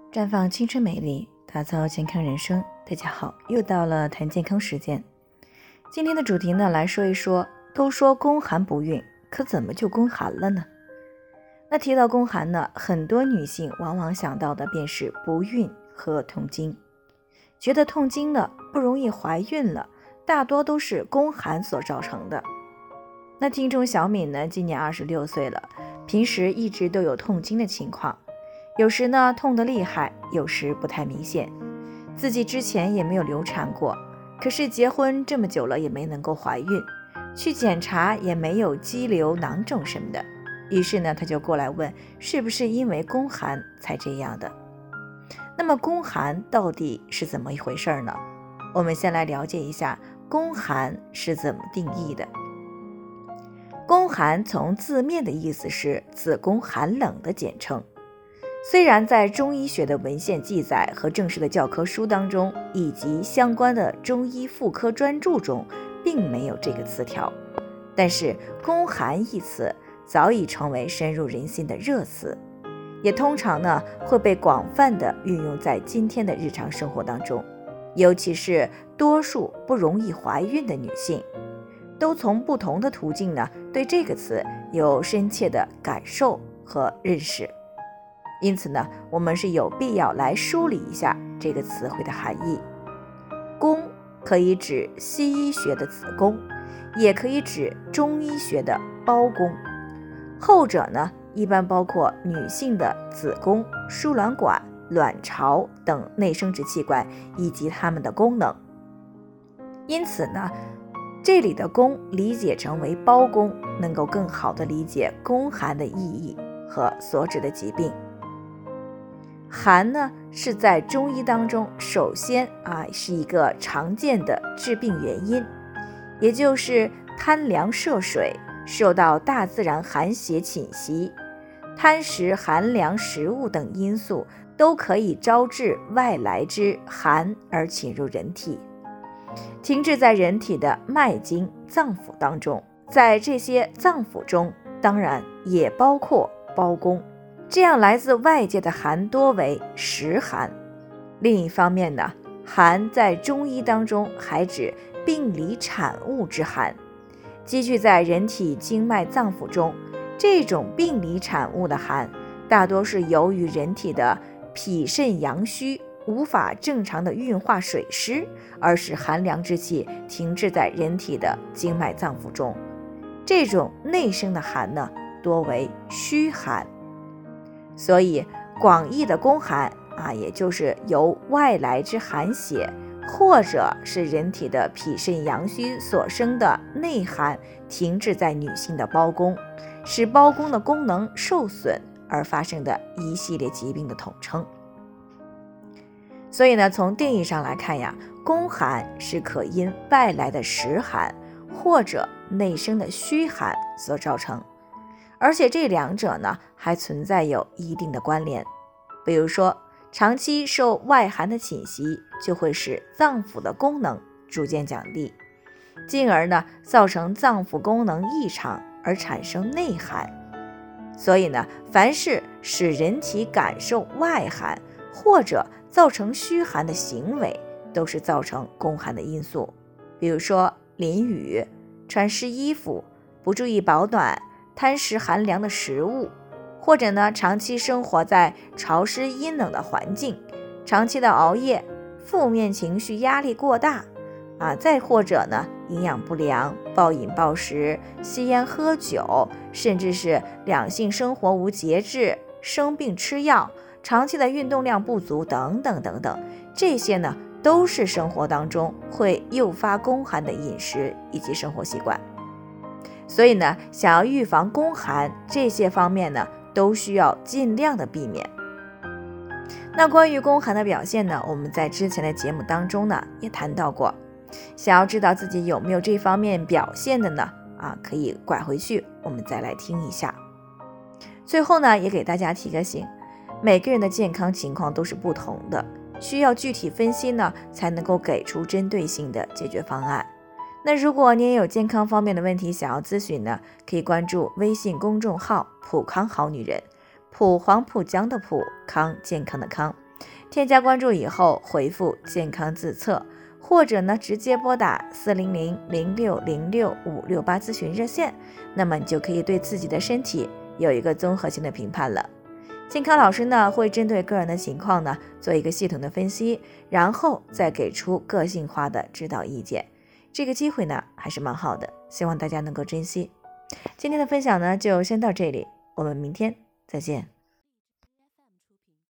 绽放青春美丽，打造健康人生。大家好，又到了谈健康时间。今天的主题呢，来说一说，都说宫寒不孕，可怎么就宫寒了呢？那提到宫寒呢，很多女性往往想到的便是不孕和痛经，觉得痛经呢不容易怀孕了，大多都是宫寒所造成的。那听众小敏呢，今年26岁了，平时一直都有痛经的情况，有时呢痛得厉害，有时不太明显，自己之前也没有流产过，可是结婚这么久了也没能够怀孕，去检查也没有肌瘤囊肿什么的，于是呢他就过来问，是不是因为宫寒才这样的。那么宫寒到底是怎么一回事呢？我们先来了解一下宫寒是怎么定义的。宫寒从字面的意思是子宫寒冷的简称，虽然在中医学的文献记载和正式的教科书当中，以及相关的中医妇科专著中并没有这个词条，但是宫寒一词早已成为深入人心的热词，也通常呢会被广泛的运用在今天的日常生活当中，尤其是多数不容易怀孕的女性，都从不同的途径呢对这个词有深切的感受和认识。因此呢，我们是有必要来梳理一下这个词汇的含义。宫可以指西医学的子宫，也可以指中医学的胞宫。后者呢，一般包括女性的子宫、输卵管、卵巢等内生殖器官以及它们的功能。因此呢，这里的宫理解成为胞宫，能够更好地理解宫寒的意义和所指的疾病。寒呢是在中医当中首先是一个常见的致病原因，也就是贪凉涉水，受到大自然寒邪侵袭，贪食寒凉食物等因素都可以招致外来之寒而侵入人体，停滞在人体的脉经脏腑当中，在这些脏腑中当然也包括胞宫，这样来自外界的寒多为实寒。另一方面呢，寒在中医当中还指病理产物之寒，积聚在人体经脉脏腑中，这种病理产物的寒大多是由于人体的脾肾阳虚无法正常的运化水湿，而使寒凉之气停滞在人体的经脉脏腑中，这种内生的寒呢多为虚寒。所以广义的宫寒也就是由外来之寒邪或者是人体的脾肾阳虚所生的内寒停滞在女性的胞宫，使胞宫的功能受损而发生的一系列疾病的统称。所以呢，从定义上来看呀，宫寒是可因外来的实寒或者内生的虚寒所造成，而且这两者呢还存在有一定的关联。比如说长期受外寒的侵袭，就会使脏腑的功能逐渐降低，进而呢造成脏腑功能异常而产生内寒。所以呢，凡是使人体感受外寒或者造成虚寒的行为，都是造成宫寒的因素。比如说淋雨、穿湿衣服、不注意保暖、贪食寒凉的食物，或者呢长期生活在潮湿阴冷的环境，长期的熬夜，负面情绪压力过大再或者呢营养不良、暴饮暴食、吸烟喝酒，甚至是两性生活无节制、生病吃药、长期的运动量不足等等等等，这些呢都是生活当中会诱发宫寒的饮食以及生活习惯。所以呢，想要预防宫寒，这些方面呢都需要尽量的避免。那关于宫寒的表现呢，我们在之前的节目当中呢也谈到过，想要知道自己有没有这方面表现的呢可以拐回去我们再来听一下。最后呢，也给大家提个醒，每个人的健康情况都是不同的，需要具体分析呢才能够给出针对性的解决方案。那如果你也有健康方面的问题想要咨询呢，可以关注微信公众号普康好女人，普黄浦江的普，康健康的康。 添加关注以后回复健康自测，或者呢直接拨打400-0606-568咨询热线，那么你就可以对自己的身体有一个综合性的评判了。健康老师呢会针对个人的情况呢做一个系统的分析，然后再给出个性化的指导意见。这个机会呢还是蛮好的，希望大家能够珍惜。今天的分享呢就先到这里，我们明天再见。